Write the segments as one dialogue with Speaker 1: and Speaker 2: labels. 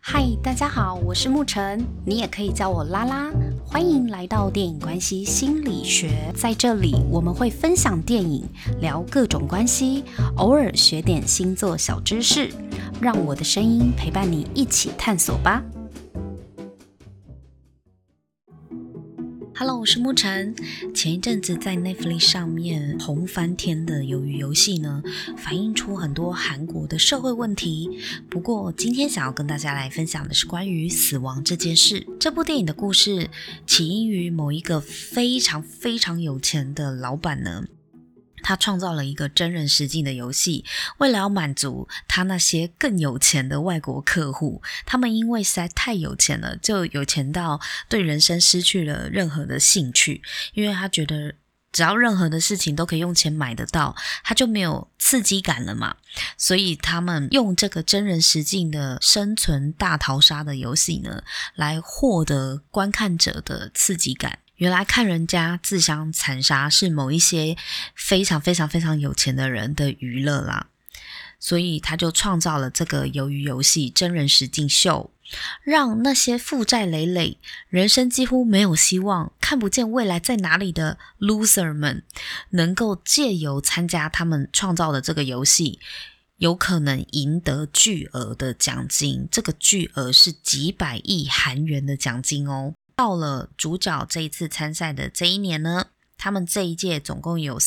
Speaker 1: 嗨，大家好，我是沐晨，你也可以叫我拉拉。欢迎来到电影关系心理学，在这里我们会分享电影，聊各种关系，偶尔学点星座小知识，让我的声音陪伴你一起探索吧。Hello， 我是沐晨。前一阵子在 Netflix 上面红翻天的鱿鱼游戏呢，反映出很多韩国的社会问题。不过今天想要跟大家来分享的是关于死亡这件事。这部电影的故事起因于某一个非常非常有钱的老板呢，他创造了一个真人实境的游戏，为了要满足他那些更有钱的外国客户，他们因为实在太有钱了，就有钱到对人生失去了任何的兴趣，因为他觉得只要任何的事情都可以用钱买得到，他就没有刺激感了嘛。所以他们用这个真人实境的生存大逃杀的游戏呢，来获得观看者的刺激感。原来看人家自相残杀是某一些非常非常非常有钱的人的娱乐啦，所以他就创造了这个鱿鱼游戏真人实境秀，让那些负债累累、人生几乎没有希望、看不见未来在哪里的 loser 们，能够借由参加他们创造的这个游戏，有可能赢得巨额的奖金，这个巨额是几百亿韩元的奖金哦。到了主角这一次参赛的这一年呢，他们这一届总共有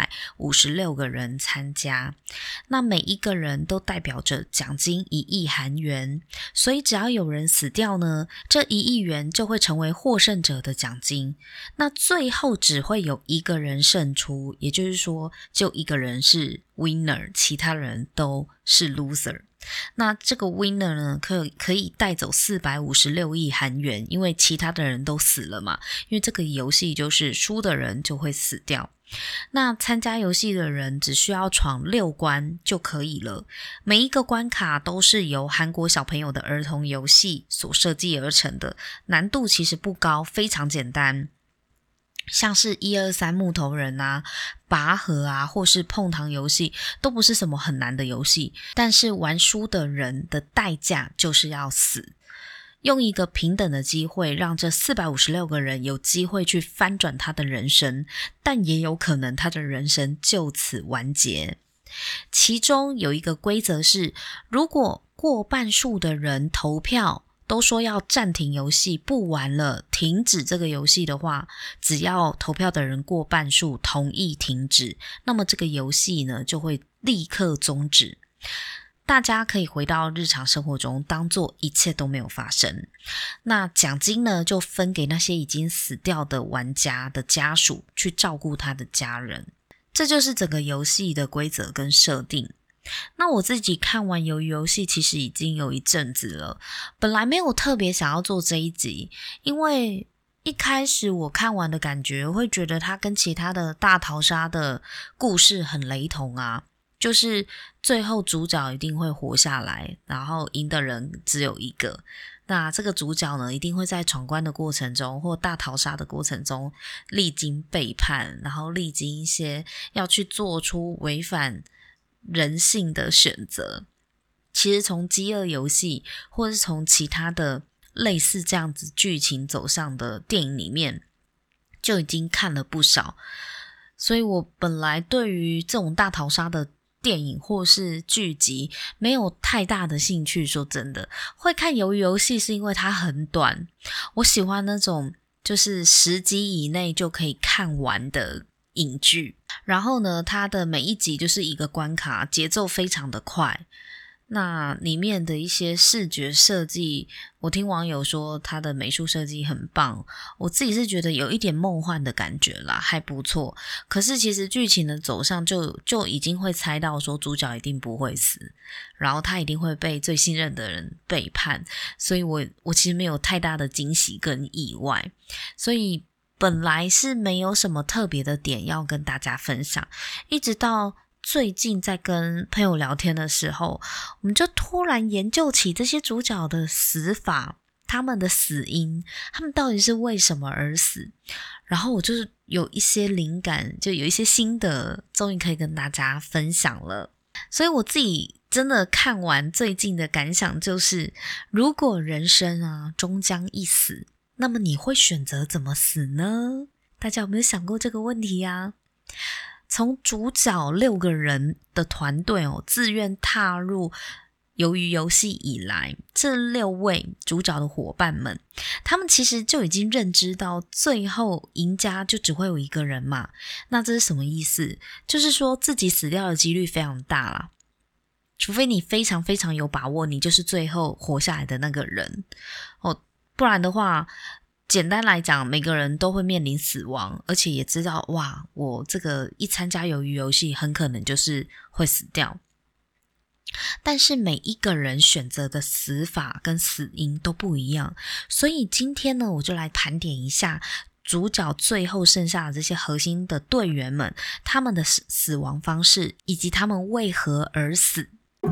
Speaker 1: 456个人参加，那每一个人都代表着奖金1亿韩元，所以只要有人死掉呢，这1亿元就会成为获胜者的奖金。那最后只会有一个人胜出，也就是说就一个人是 winner， 其他人都是 loser。那这个 winner 呢，可以带走456亿韩元，因为其他的人都死了嘛，因为这个游戏就是输的人就会死掉。那参加游戏的人只需要闯6关就可以了，每一个关卡都是由韩国小朋友的儿童游戏所设计而成的，难度其实不高，非常简单。像是123木头人啊、拔河啊，或是碰糖游戏，都不是什么很难的游戏，但是玩输的人的代价就是要死。用一个平等的机会，让这456个人有机会去翻转他的人生，但也有可能他的人生就此完结。其中有一个规则是，如果过半数的人投票都说要暂停游戏，不玩了，停止这个游戏的话，只要投票的人过半数同意停止，那么这个游戏呢就会立刻终止。大家可以回到日常生活中，当作一切都没有发生。那奖金呢就分给那些已经死掉的玩家的家属，去照顾他的家人。这就是整个游戏的规则跟设定。那我自己看完鱿鱼游戏其实已经有一阵子了，本来没有特别想要做这一集，因为一开始我看完的感觉会觉得它跟其他的大逃杀的故事很雷同啊，就是最后主角一定会活下来，然后赢的人只有一个。那这个主角呢，一定会在闯关的过程中或大逃杀的过程中历经背叛，然后历经一些要去做出违反人性的选择。其实从饥饿游戏或是从其他的类似这样子剧情走向的电影里面就已经看了不少，所以我本来对于这种大逃杀的电影或是剧集没有太大的兴趣，说真的，会看鱿鱼游戏是因为它很短，我喜欢那种就是10集以内就可以看完的影剧，然后呢它的每一集就是一个关卡，节奏非常的快。那里面的一些视觉设计，我听网友说它的美术设计很棒，我自己是觉得有一点梦幻的感觉啦，还不错。可是其实剧情的走向就已经会猜到说主角一定不会死，然后他一定会被最信任的人背叛，所以我其实没有太大的惊喜跟意外，所以本来是没有什么特别的点要跟大家分享，一直到最近在跟朋友聊天的时候，我们就突然研究起这些主角的死法，他们的死因，他们到底是为什么而死，然后我就是有一些灵感，就有一些心得终于可以跟大家分享了。所以我自己真的看完最近的感想就是，如果人生啊终将一死，那么你会选择怎么死呢？大家有没有想过这个问题啊？从主角6个人的团队自愿踏入鱿鱼游戏以来，这6位主角的伙伴们，他们其实就已经认知到最后赢家就只会有一个人嘛。那这是什么意思？就是说自己死掉的几率非常大啦，除非你非常非常有把握你就是最后活下来的那个人不然的话，简单来讲，每个人都会面临死亡，而且也知道哇，我这个一参加鱿鱼游戏很可能就是会死掉。但是每一个人选择的死法跟死因都不一样，所以今天呢，我就来盘点一下主角最后剩下的这些核心的队员们，他们的死亡方式以及他们为何而死。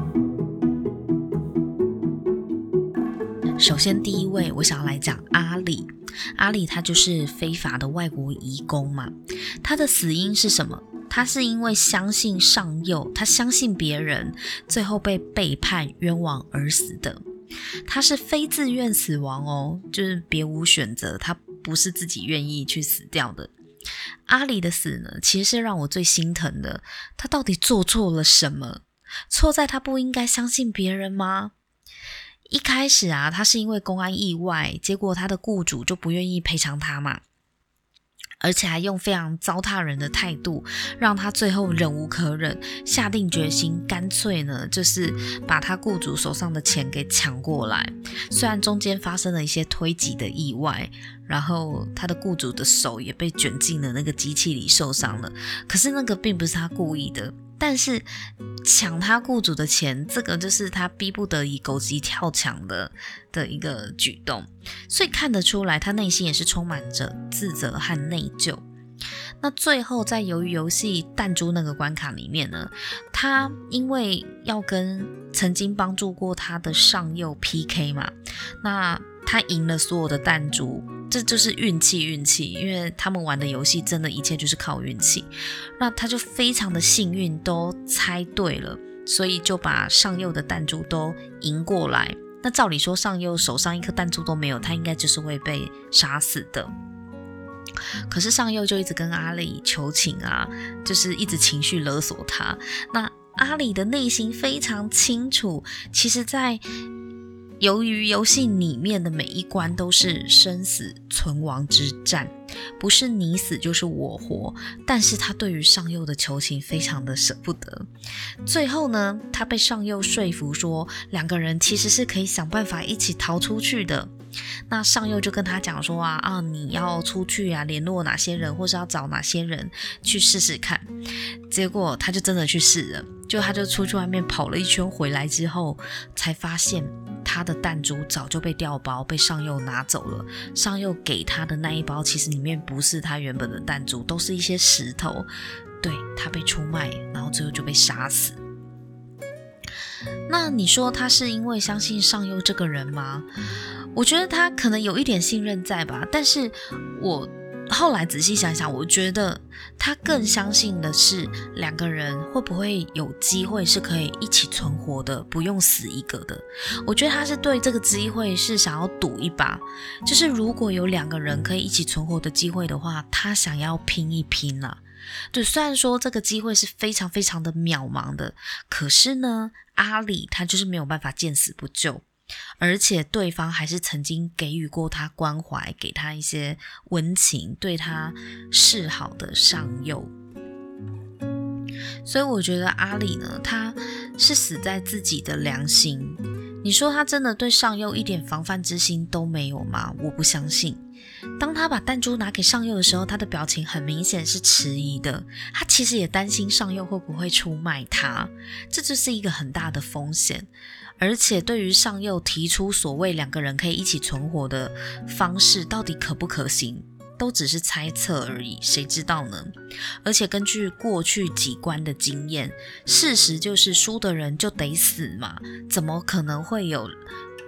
Speaker 1: 首先第一位我想要来讲阿里。阿里他就是非法的外国移工嘛，他的死因是什么？他是因为相信上佑，他相信别人，最后被背叛冤枉而死的。他是非自愿死亡就是别无选择，他不是自己愿意去死掉的。阿里的死呢，其实是让我最心疼的，他到底做错了什么？错在他不应该相信别人吗？一开始啊，他是因为公安意外，结果他的雇主就不愿意赔偿他嘛，而且还用非常糟蹋人的态度，让他最后忍无可忍，下定决心，干脆呢就是把他雇主手上的钱给抢过来。虽然中间发生了一些推挤的意外，然后他的雇主的手也被卷进了那个机器里受伤了，可是那个并不是他故意的。但是抢他雇主的钱，这个就是他逼不得已狗急跳墙的一个举动，所以看得出来他内心也是充满着自责和内疚。那最后在鱿鱼游戏弹珠那个关卡里面呢，他因为要跟曾经帮助过他的上佑 PK 嘛，那他赢了所有的弹珠，这就是运气，因为他们玩的游戏真的一切就是靠运气。那他就非常的幸运，都猜对了，所以就把上佑的弹珠都赢过来。那照理说上佑手上一颗弹珠都没有，他应该就是会被杀死的。可是上佑就一直跟阿里求情啊，就是一直情绪勒索他。那阿里的内心非常清楚，其实在由于游戏里面的每一关都是生死存亡之战，不是你死就是我活，但是他对于上佑的求情非常的舍不得。最后呢，他被上佑说服说2个人其实是可以想办法一起逃出去的。那上佑就跟他讲说你要出去联络哪些人，或是要找哪些人去试试看。结果他就真的去试了，他就出去外面跑了一圈，回来之后才发现他的弹珠早就被调包，被上佑拿走了。上佑给他的那一包其实里面不是他原本的弹珠，都是一些石头。对，他被出卖，然后最后就被杀死。那你说他是因为相信上佑这个人吗？我觉得他可能有一点信任在吧，但是我后来仔细想想，我觉得他更相信的是2个人会不会有机会是可以一起存活的，不用死一个的。我觉得他是对这个机会是想要赌一把，就是如果有2个人可以一起存活的机会的话，他想要拼一拼啦。对，虽然说这个机会是非常非常的渺茫的，可是呢，阿里他就是没有办法见死不救，而且对方还是曾经给予过他关怀，给他一些温情，对他示好的上佑。所以我觉得阿里呢，他是死在自己的良心。你说他真的对上佑一点防范之心都没有吗？我不相信。当他把弹珠拿给上佑的时候，他的表情很明显是迟疑的，他其实也担心上佑会不会出卖他，这就是一个很大的风险。而且对于上佑提出所谓2个人可以一起存活的方式到底可不可行，都只是猜测而已，谁知道呢？而且根据过去几关的经验，事实就是输的人就得死嘛，怎么可能会有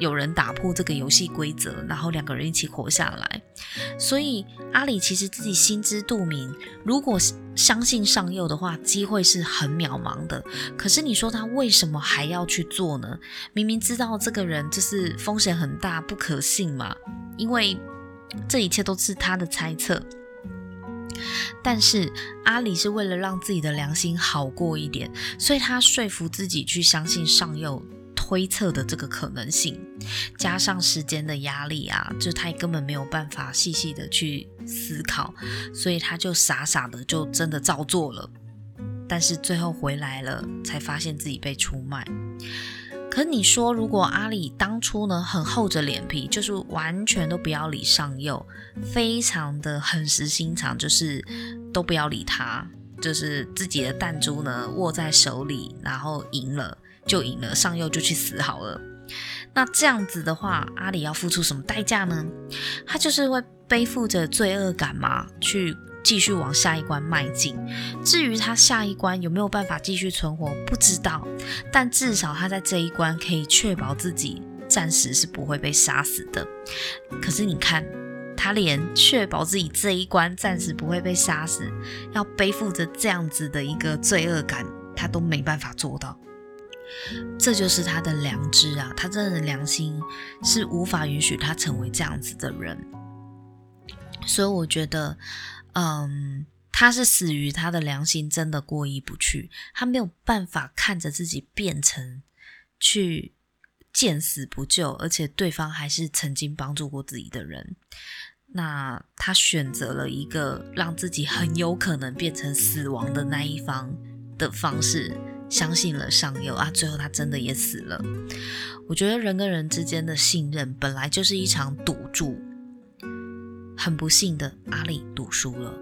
Speaker 1: 有人打破这个游戏规则，然后2个人一起活下来。所以阿里其实自己心知肚明，如果相信上佑的话，机会是很渺茫的。可是你说他为什么还要去做呢？明明知道这个人就是风险很大，不可信嘛，因为这一切都是他的猜测。但是阿里是为了让自己的良心好过一点，所以他说服自己去相信上佑推测的这个可能性，加上时间的压力啊，就他根本没有办法细细的去思考，所以他就傻傻的就真的照做了。但是最后回来了，才发现自己被出卖。可你说，如果阿里当初呢很厚着脸皮，就是完全都不要理上佑，非常的狠实心肠，就是都不要理他，就是自己的弹珠呢握在手里，然后赢了就赢了，上佑就去死好了。那这样子的话，阿里要付出什么代价呢？他就是会背负着罪恶感嘛，去继续往下一关迈进。至于他下一关有没有办法继续存活，不知道，但至少他在这一关可以确保自己暂时是不会被杀死的。可是你看，他连确保自己这一关暂时不会被杀死，要背负着这样子的一个罪恶感，他都没办法做到。这就是他的良知啊，他真的良心是无法允许他成为这样子的人。所以我觉得他是死于他的良心真的过意不去，他没有办法看着自己变成去见死不救，而且对方还是曾经帮助过自己的人。那他选择了一个让自己很有可能变成死亡的那一方的方式，相信了上佑啊，最后他真的也死了。我觉得人跟人之间的信任本来就是一场赌注，很不幸的阿里赌输了。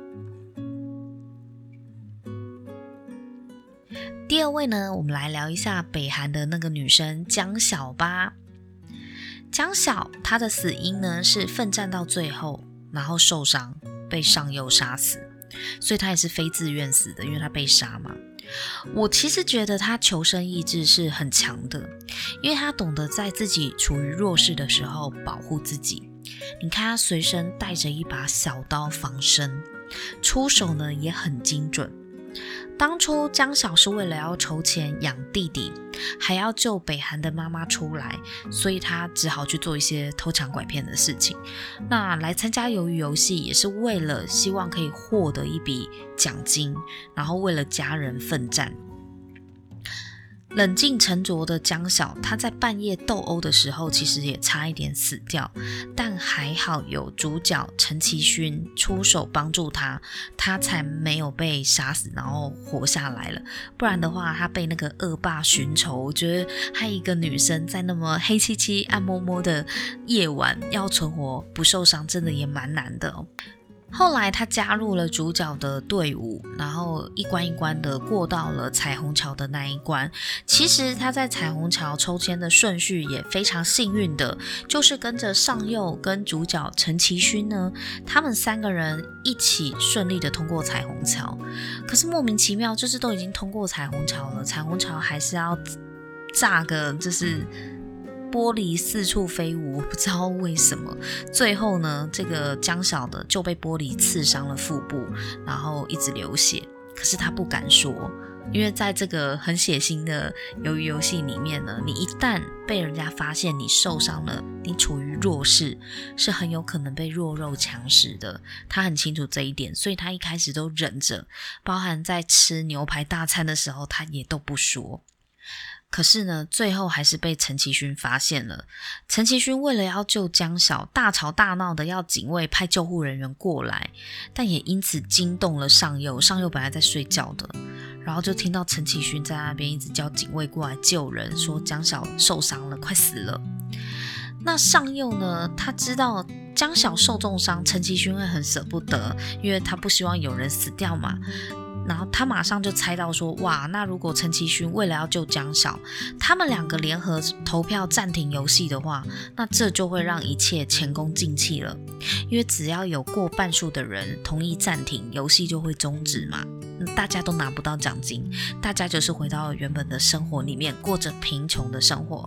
Speaker 1: 第二位呢，我们来聊一下北韩的那个女生姜晓吧。姜晓她的死因呢是奋战到最后，然后受伤被上佑杀死，所以她也是非自愿死的，因为她被杀嘛。我其实觉得她求生意志是很强的，因为她懂得在自己处于弱势的时候保护自己。你看她随身带着一把小刀防身，出手呢也很精准。当初姜晓是为了要筹钱养弟弟，还要救北韩的妈妈出来，所以他只好去做一些偷抢拐骗的事情。那来参加鱿鱼游戏也是为了希望可以获得一笔奖金，然后为了家人奋战。冷静沉着的姜晓，他在半夜斗殴的时候其实也差一点死掉，但还好有主角陈其勋出手帮助他，他才没有被杀死，然后活下来了。不然的话，他被那个恶霸寻仇，我觉得还有一个女生在那么黑漆漆暗摸摸的夜晚要存活不受伤，真的也蛮难的哦。后来他加入了主角的队伍，然后一关一关的过到了彩虹桥的那一关。其实他在彩虹桥抽签的顺序也非常幸运的，就是跟着上佑跟主角陈其勋呢，他们3个人一起顺利的通过彩虹桥。可是莫名其妙，就是都已经通过彩虹桥了，彩虹桥还是要炸个就是玻璃四处飞舞，我不知道为什么。最后呢，这个姜晓的就被玻璃刺伤了腹部，然后一直流血。可是他不敢说，因为在这个很血腥的鱿鱼游戏里面呢，你一旦被人家发现你受伤了，你处于弱势，是很有可能被弱肉强食的。他很清楚这一点，所以他一开始都忍着，包含在吃牛排大餐的时候，他也都不说。可是呢，最后还是被陈其勋发现了。陈其勋为了要救姜晓，大吵大闹的要警卫派救护人员过来，但也因此惊动了上佑。上佑本来在睡觉的，然后就听到陈其勋在那边一直叫警卫过来救人，说姜晓受伤了，快死了。那上佑呢，他知道姜晓受重伤，陈其勋会很舍不得，因为他不希望有人死掉嘛。然后他马上就猜到说，哇，那如果陈其勋为了要救姜晓，他们2个联合投票暂停游戏的话，那这就会让一切前功尽弃了。因为只要有过半数的人同意暂停，游戏就会终止嘛，大家都拿不到奖金，大家就是回到原本的生活里面，过着贫穷的生活。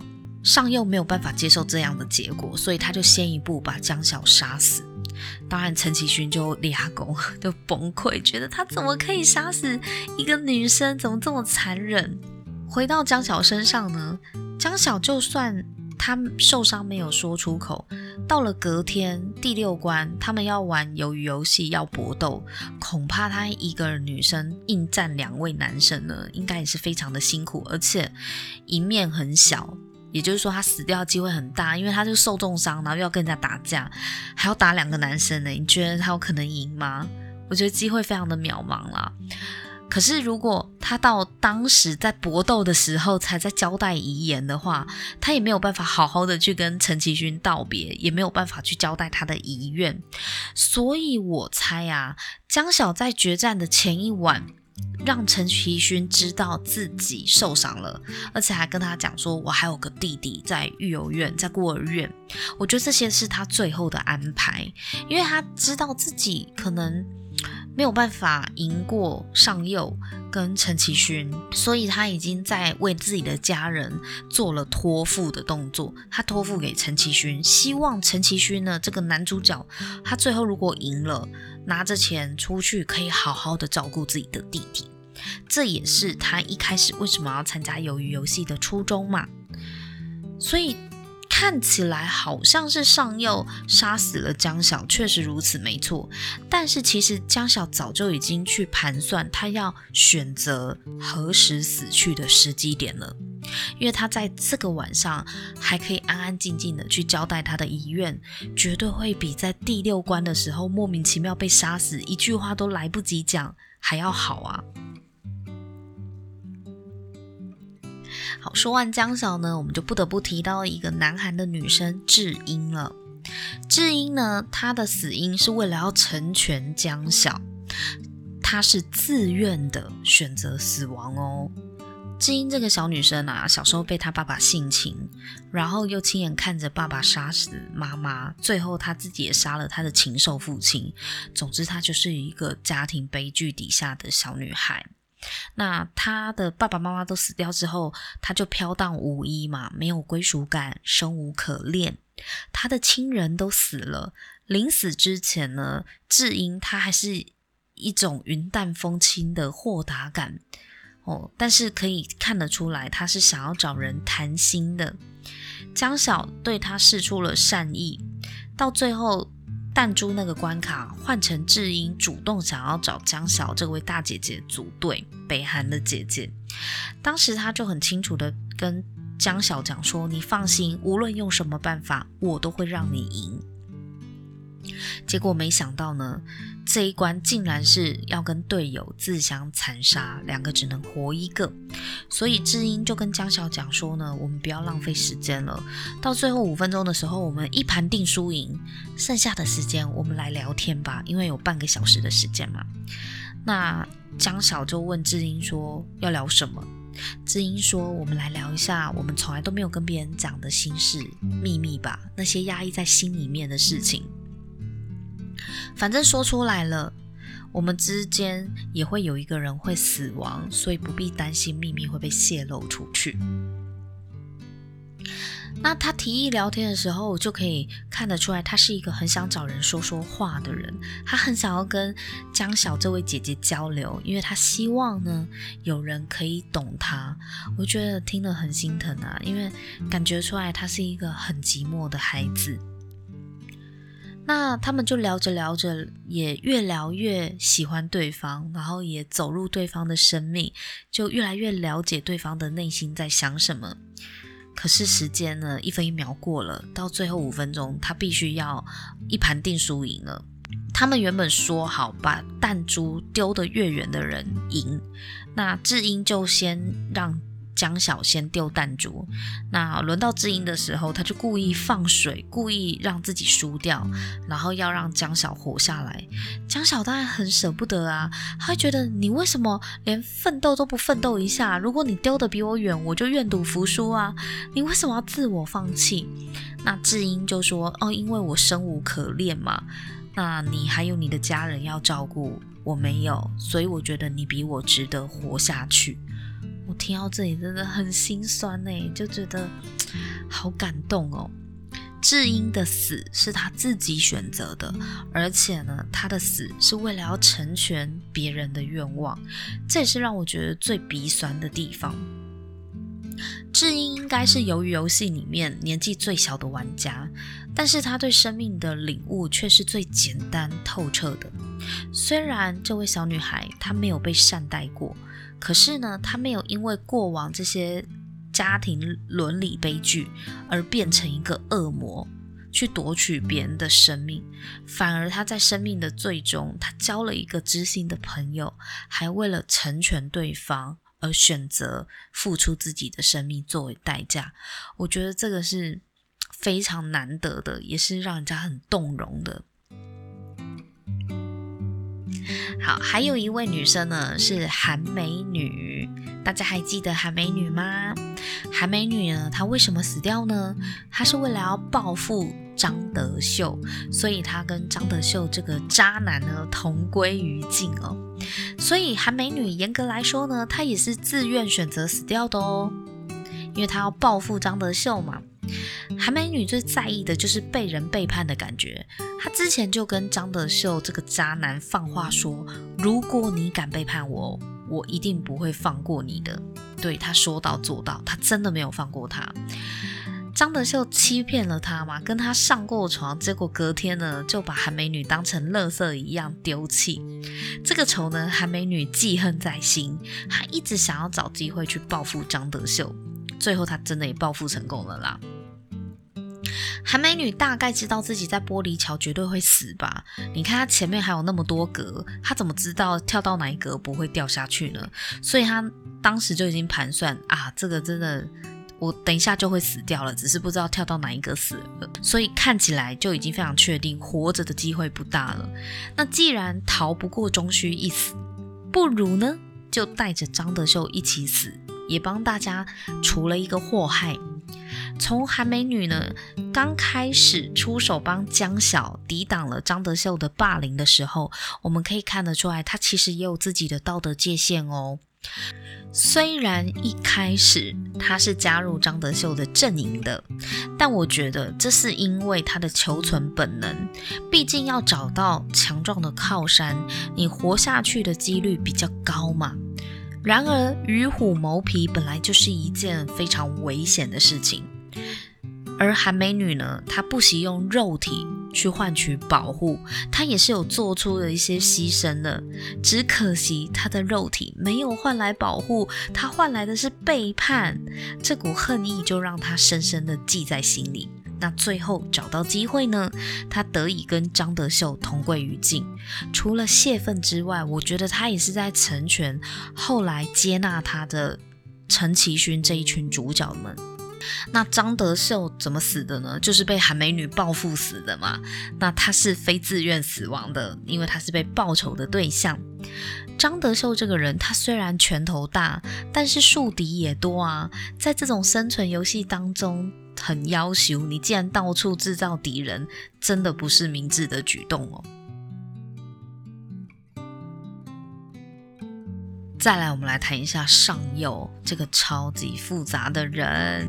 Speaker 1: 上佑没有办法接受这样的结果，所以他就先一步把江晓杀死。当然陈其勋就俩拱，就崩溃，觉得他怎么可以杀死一个女生，怎么这么残忍。回到江晓身上呢，江晓就算他受伤没有说出口，到了隔天第6关，他们要玩鱿鱼游戏，要搏斗，恐怕他一个女生应战2位男生呢，应该也是非常的辛苦，而且赢面很小，也就是说他死掉的机会很大，因为他就受重伤，然后又要跟人家打架，还要打2个男生呢，你觉得他有可能赢吗？我觉得机会非常的渺茫啦。可是如果他到当时在搏斗的时候才在交代遗言的话，他也没有办法好好的去跟陈其勋道别，也没有办法去交代他的遗愿。所以我猜啊，江晓在决战的前一晚让陈其勋知道自己受伤了，而且还跟他讲说我还有个弟弟在育幼院，在孤儿院。我觉得这些是他最后的安排，因为他知道自己可能没有办法赢过上佑跟陈其勋，所以他已经在为自己的家人做了托付的动作。他托付给陈其勋，希望陈其勋呢，这个男主角，他最后如果赢了，拿着钱出去可以好好的照顾自己的弟弟。这也是他一开始为什么要参加鱿鱼游戏的初衷嘛。所以看起来好像是上佑杀死了江晓，确实如此没错，但是其实江晓早就已经去盘算他要选择何时死去的时机点了，因为他在这个晚上还可以安安静静的去交代他的遗愿，绝对会比在第6关的时候莫名其妙被杀死，一句话都来不及讲还要好啊。好，说完江晓呢，我们就不得不提到一个南韩的女生智英了。智英呢，她的死因是为了要成全江晓，她是自愿的选择死亡哦。智英这个小女生啊，小时候被她爸爸性侵，然后又亲眼看着爸爸杀死妈妈，最后她自己也杀了她的禽兽父亲。总之，她就是一个家庭悲剧底下的小女孩。那他的爸爸妈妈都死掉之后，他就飘荡无依嘛，没有归属感，生无可恋。他的亲人都死了，临死之前呢，智英他还是一种云淡风轻的豁达感但是可以看得出来他是想要找人谈心的。江晓对他释出了善意，到最后弹珠那个关卡换成智英主动想要找江晓这位大姐姐组队，北韩的姐姐。当时他就很清楚的跟江晓讲说，你放心，无论用什么办法我都会让你赢。结果没想到呢，这一关竟然是要跟队友自相残杀，2个只能活1个。所以智英就跟江晓讲说呢，我们不要浪费时间了，到最后5分钟的时候我们一盘定输赢，剩下的时间我们来聊天吧，因为有半个小时的时间嘛。那江晓就问智英说要聊什么，智英说我们来聊一下我们从来都没有跟别人讲的心事秘密吧，那些压抑在心里面的事情，反正说出来了，我们之间也会有一个人会死亡，所以不必担心秘密会被泄露出去。那他提议聊天的时候，就可以看得出来他是一个很想找人说说话的人，他很想要跟江晓这位姐姐交流，因为他希望呢有人可以懂他。我觉得听得很心疼啊，因为感觉出来他是一个很寂寞的孩子。那他们就聊着聊着，也越聊越喜欢对方，然后也走入对方的生命，就越来越了解对方的内心在想什么。可是时间呢，1分1秒过了，到最后5分钟，他必须要一盘定输赢了。他们原本说好把弹珠丢得越远的人赢，那智英就先让江晓先丢弹珠，那轮到智英的时候，他就故意放水，故意让自己输掉，然后要让江晓活下来。江晓当然很舍不得啊，他会觉得你为什么连奋斗都不奋斗一下？如果你丢得比我远，我就愿赌服输啊，你为什么要自我放弃？那智英就说因为我生无可恋嘛，那你还有你的家人要照顾，我没有，所以我觉得你比我值得活下去。 我听到这里真的很心酸耶，就觉得好感动哦。智英的死是他自己选择的，而且呢，他的死是为了要成全别人的愿望，这也是让我觉得最鼻酸的地方。智英应该是鱿鱼游戏里面年纪最小的玩家，但是他对生命的领悟却是最简单透彻的。虽然这位小女孩她没有被善待过，可是呢，她没有因为过往这些家庭伦理悲剧而变成一个恶魔，去夺取别人的生命，反而她在生命的最终，她交了一个知心的朋友，还为了成全对方而选择付出自己的生命作为代价。我觉得这个是非常难得的，也是让人家很动容的。好，还有一位女生呢，是韩美女。大家还记得韩美女吗？韩美女呢，她为什么死掉呢？她是为了要报复张德秀，所以她跟张德秀这个渣男呢同归于尽哦。所以韩美女严格来说呢，她也是自愿选择死掉的哦，因为她要报复张德秀嘛。韩美女最在意的就是被人背叛的感觉，她之前就跟张德秀这个渣男放话说，如果你敢背叛我，我一定不会放过你的。对，她说到做到，她真的没有放过他。张德秀欺骗了她嘛，跟她上过床，结果隔天呢就把韩美女当成垃圾一样丢弃。这个仇呢，韩美女记恨在心，她一直想要找机会去报复张德秀，最后她真的也报复成功了啦。韩美女大概知道自己在玻璃桥绝对会死吧，你看她前面还有那么多格，她怎么知道跳到哪一格不会掉下去呢？所以她当时就已经盘算啊，这个真的我等一下就会死掉了，只是不知道跳到哪一格死了，所以看起来就已经非常确定活着的机会不大了。那既然逃不过终须一死，不如呢就带着张德秀一起死，也帮大家除了一个祸害。从韩美女呢刚开始出手帮江晓抵挡了张德秀的霸凌的时候，我们可以看得出来，她其实也有自己的道德界限哦。虽然一开始她是加入张德秀的阵营的，但我觉得这是因为她的求存本能，毕竟要找到强壮的靠山，你活下去的几率比较高嘛。然而与虎谋皮本来就是一件非常危险的事情，而韩美女呢，她不惜用肉体去换取保护，她也是有做出了一些牺牲的，只可惜她的肉体没有换来保护，她换来的是背叛，这股恨意就让她深深的记在心里。那最后找到机会呢，他得以跟张德秀同归于尽。除了泄愤之外，我觉得他也是在成全后来接纳他的陈其勋这一群主角们。那张德秀怎么死的呢？就是被韩美女报复死的嘛。那他是非自愿死亡的，因为他是被报仇的对象。张德秀这个人，他虽然拳头大，但是树敌也多啊。在这种生存游戏当中，很要求你既然到处制造敌人，真的不是明智的举动哦。再来，我们来谈一下上佑这个超级复杂的人。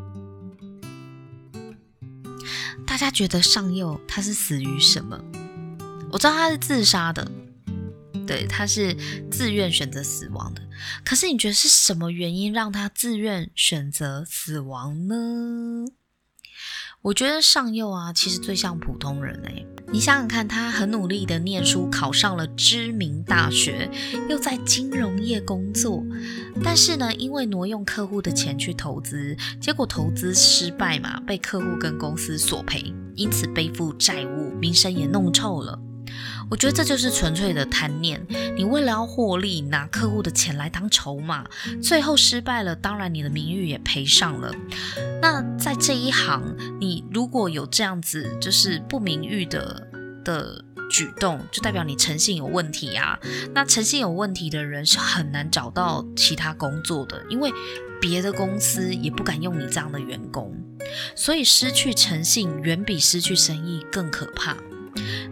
Speaker 1: 大家觉得上佑他是死于什么？我知道他是自杀的，对，他是自愿选择死亡的。可是你觉得是什么原因让他自愿选择死亡呢？我觉得上佑啊，其实最像普通人欸。你想想看，他很努力的念书，考上了知名大学，又在金融业工作，但是呢，因为挪用客户的钱去投资，结果投资失败嘛，被客户跟公司索赔，因此背负债务，名声也弄臭了。我觉得这就是纯粹的贪念，你为了要获利，拿客户的钱来当筹码，最后失败了，当然你的名誉也赔上了。那在这一行，你如果有这样子就是不名誉的举动，就代表你诚信有问题啊。那诚信有问题的人是很难找到其他工作的，因为别的公司也不敢用你这样的员工，所以失去诚信远比失去生意更可怕。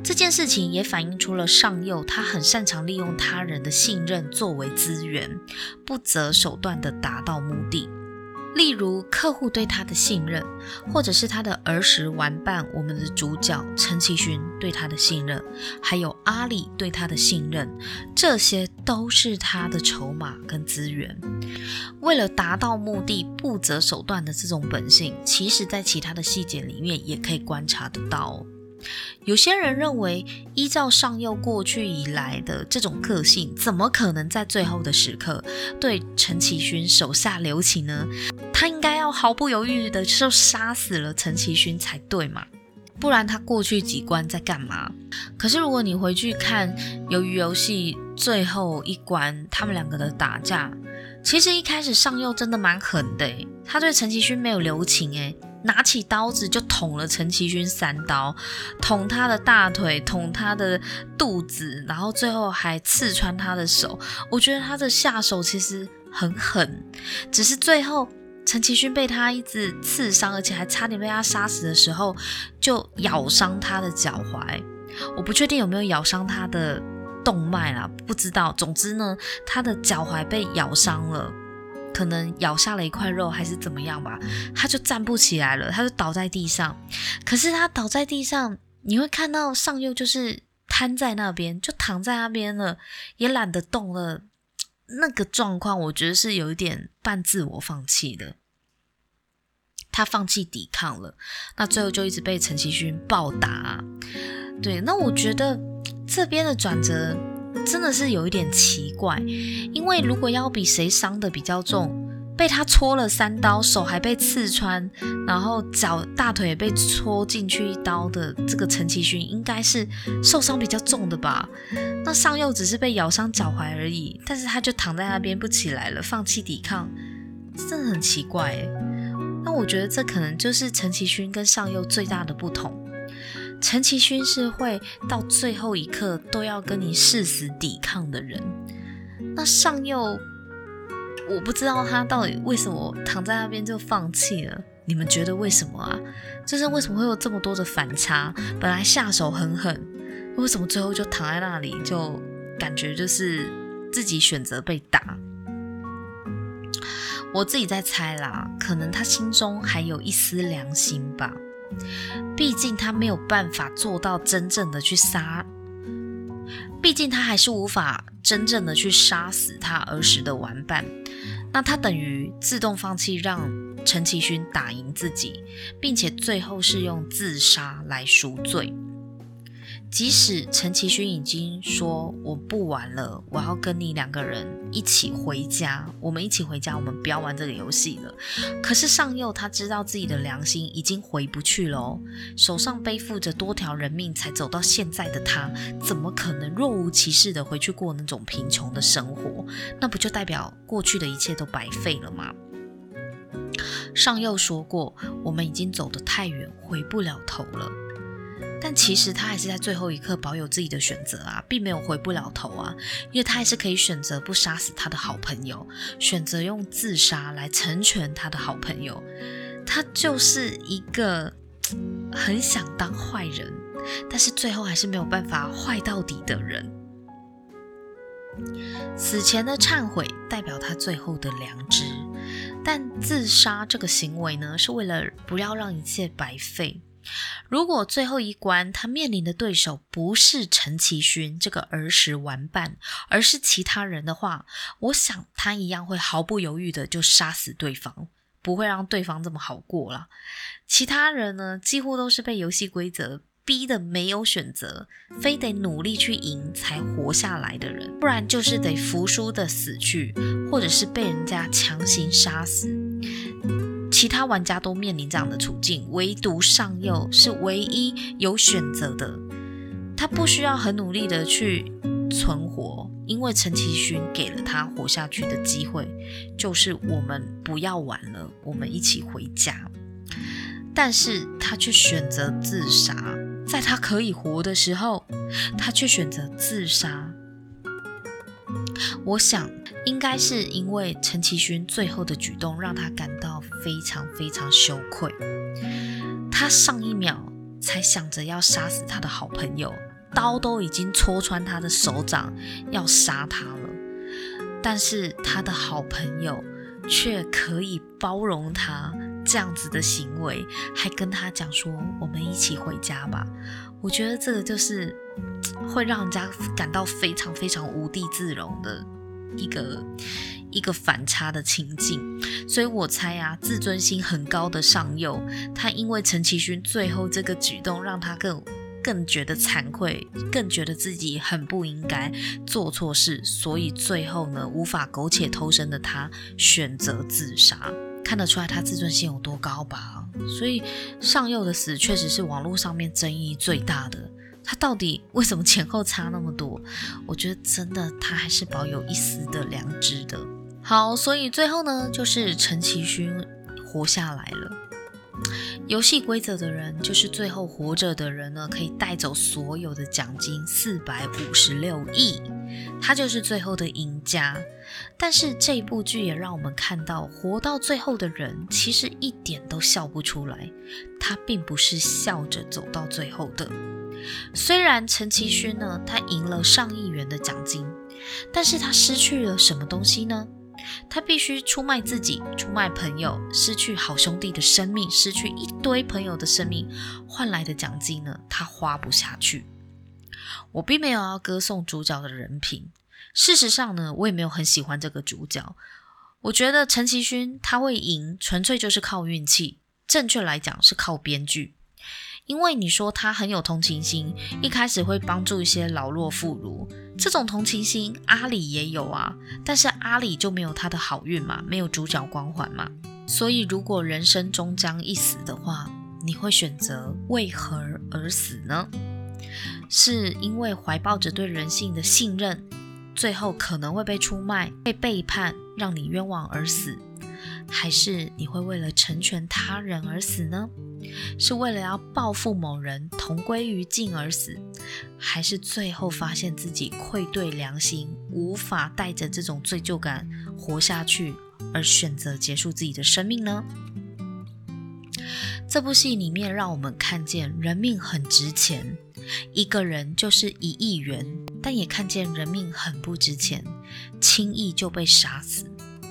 Speaker 1: 这件事情也反映出了上佑他很擅长利用他人的信任作为资源，不择手段地达到目的。例如客户对他的信任，或者是他的儿时玩伴我们的主角陈其勋对他的信任，还有阿里对他的信任，这些都是他的筹码跟资源。为了达到目的不择手段的这种本性，其实在其他的细节里面也可以观察得到哦。有些人认为，依照上佑过去以来的这种个性，怎么可能在最后的时刻对陈其勋手下留情呢？他应该要毫不犹豫的就杀死了陈其勋才对嘛，不然他过去几关在干嘛？可是如果你回去看鱿鱼游戏最后一关他们两个的打架，其实一开始上佑真的蛮狠的耶，他对陈其勋没有留情耶，拿起刀子就捅了陈其勋3刀，捅他的大腿，捅他的肚子，然后最后还刺穿他的手。我觉得他的下手其实很狠，只是最后陈其勋被他一直刺伤，而且还差点被他杀死的时候，就咬伤他的脚踝。我不确定有没有咬伤他的动脉啦，不知道。总之呢，他的脚踝被咬伤了，可能咬下了一块肉还是怎么样吧，他就站不起来了，他就倒在地上。可是他倒在地上，你会看到上佑就是瘫在那边，就躺在那边了，也懒得动了。那个状况我觉得是有一点半自我放弃的，他放弃抵抗了，那最后就一直被陈其勋暴打。对，那我觉得这边的转折真的是有一点奇怪，因为如果要比谁伤的比较重，被他戳了3刀，手还被刺穿，然后大腿也被戳进去1刀的这个陈其勋应该是受伤比较重的吧。那上佑只是被咬伤脚踝而已，但是他就躺在那边不起来了，放弃抵抗，真的很奇怪耶。那我觉得这可能就是陈其勋跟上佑最大的不同。陈其勋是会到最后一刻都要跟你誓死抵抗的人，那上佑我不知道他到底为什么躺在那边就放弃了，你们觉得为什么啊？就是为什么会有这么多的反差？本来下手很狠，为什么最后就躺在那里，就感觉就是自己选择被打？我自己在猜啦，可能他心中还有一丝良心吧，毕竟他没有办法做到真正的去杀，毕竟他还是无法真正的去杀死他儿时的玩伴，那他等于自动放弃让陈其勋打赢自己，并且最后是用自杀来赎罪。即使陈其勋已经说我不玩了，我要跟你2个人一起回家，我们一起回家，我们不要玩这个游戏了。可是上佑他知道自己的良心已经回不去了哦，手上背负着多条人命才走到现在的他，怎么可能若无其事的回去过那种贫穷的生活？那不就代表过去的一切都白费了吗？上佑说过，我们已经走得太远，回不了头了。但其实他还是在最后一刻保有自己的选择啊，并没有回不了头啊，因为他还是可以选择不杀死他的好朋友，选择用自杀来成全他的好朋友。他就是一个很想当坏人，但是最后还是没有办法坏到底的人。死前的忏悔代表他最后的良知，但自杀这个行为呢，是为了不要让一切白费。如果最后一关他面临的对手不是陈其勋这个儿时玩伴，而是其他人的话，我想他一样会毫不犹豫的就杀死对方，不会让对方这么好过啦。其他人呢，几乎都是被游戏规则逼得没有选择，非得努力去赢才活下来的人，不然就是得服输的死去，或者是被人家强行杀死。其他玩家都面临这样的处境，唯独上佑是唯一有选择的，他不需要很努力的去存活，因为陈其勋给了他活下去的机会，就是我们不要玩了，我们一起回家。但是他却选择自杀，在他可以活的时候，他却选择自杀。我想应该是因为陈其勋最后的举动让他感到非常非常羞愧，他上一秒才想着要杀死他的好朋友， 刀都已经戳穿他的手掌，要杀他了。但是他的好朋友却可以包容他这样子的行为，还跟他讲说我们一起回家吧。我觉得这个就是会让人家感到非常非常无地自容的一个反差的情境。所以我猜啊，自尊心很高的上佑，他因为陈其勋最后这个举动让他更觉得惭愧，更觉得自己很不应该做错事，所以最后呢，无法苟且偷生的他选择自杀。看得出来他自尊心有多高吧。所以上佑的死确实是网络上面争议最大的。他到底为什么前后差那么多？我觉得真的他还是保有一丝的良知的。好，所以最后呢，就是陈其勋活下来了。游戏规则的人，就是最后活着的人呢，可以带走所有的奖金456亿，他就是最后的赢家。但是这部剧也让我们看到，活到最后的人其实一点都笑不出来，他并不是笑着走到最后的。虽然陈其勋呢，他赢了上亿元的奖金，但是他失去了什么东西呢？他必须出卖自己，出卖朋友，失去好兄弟的生命，失去一堆朋友的生命，换来的奖金呢，他花不下去。我并没有要歌颂主角的人品，事实上呢，我也没有很喜欢这个主角。我觉得陈其勋他会赢，纯粹就是靠运气，正确来讲是靠编剧。因为你说他很有同情心，一开始会帮助一些老弱妇孺，这种同情心阿里也有啊，但是阿里就没有他的好运嘛，没有主角光环嘛。所以如果人生终将一死的话，你会选择为何而死呢？是因为怀抱着对人性的信任，最后可能会被出卖，被背叛，让你冤枉而死，还是你会为了成全他人而死呢？是为了要报复某人，同归于尽而死，还是最后发现自己愧对良心，无法带着这种罪疚感活下去，而选择结束自己的生命呢？这部戏里面让我们看见人命很值钱，一个人就是1亿元，但也看见人命很不值钱，轻易就被杀死。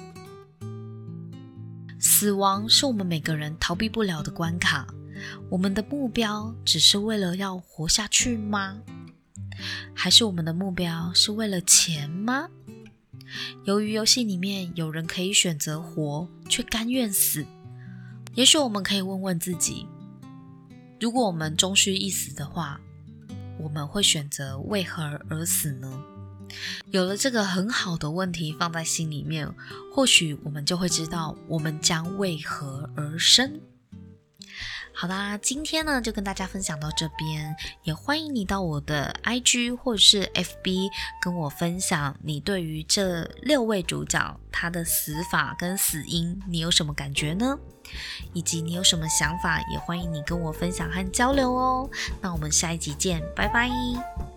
Speaker 1: 死亡是我们每个人逃避不了的关卡，我们的目标只是为了要活下去吗？还是我们的目标是为了钱吗？由于游戏里面有人可以选择活，却甘愿死，也许我们可以问问自己，如果我们终须一死的话，我们会选择为何而死呢？有了这个很好的问题放在心里面，或许我们就会知道我们将为何而生。好啦，今天呢就跟大家分享到这边，也欢迎你到我的 IG 或者是 FB 跟我分享你对于这6位主角他的死法跟死因你有什么感觉呢？以及你有什么想法，也欢迎你跟我分享和交流哦。那我们下一集见，拜拜。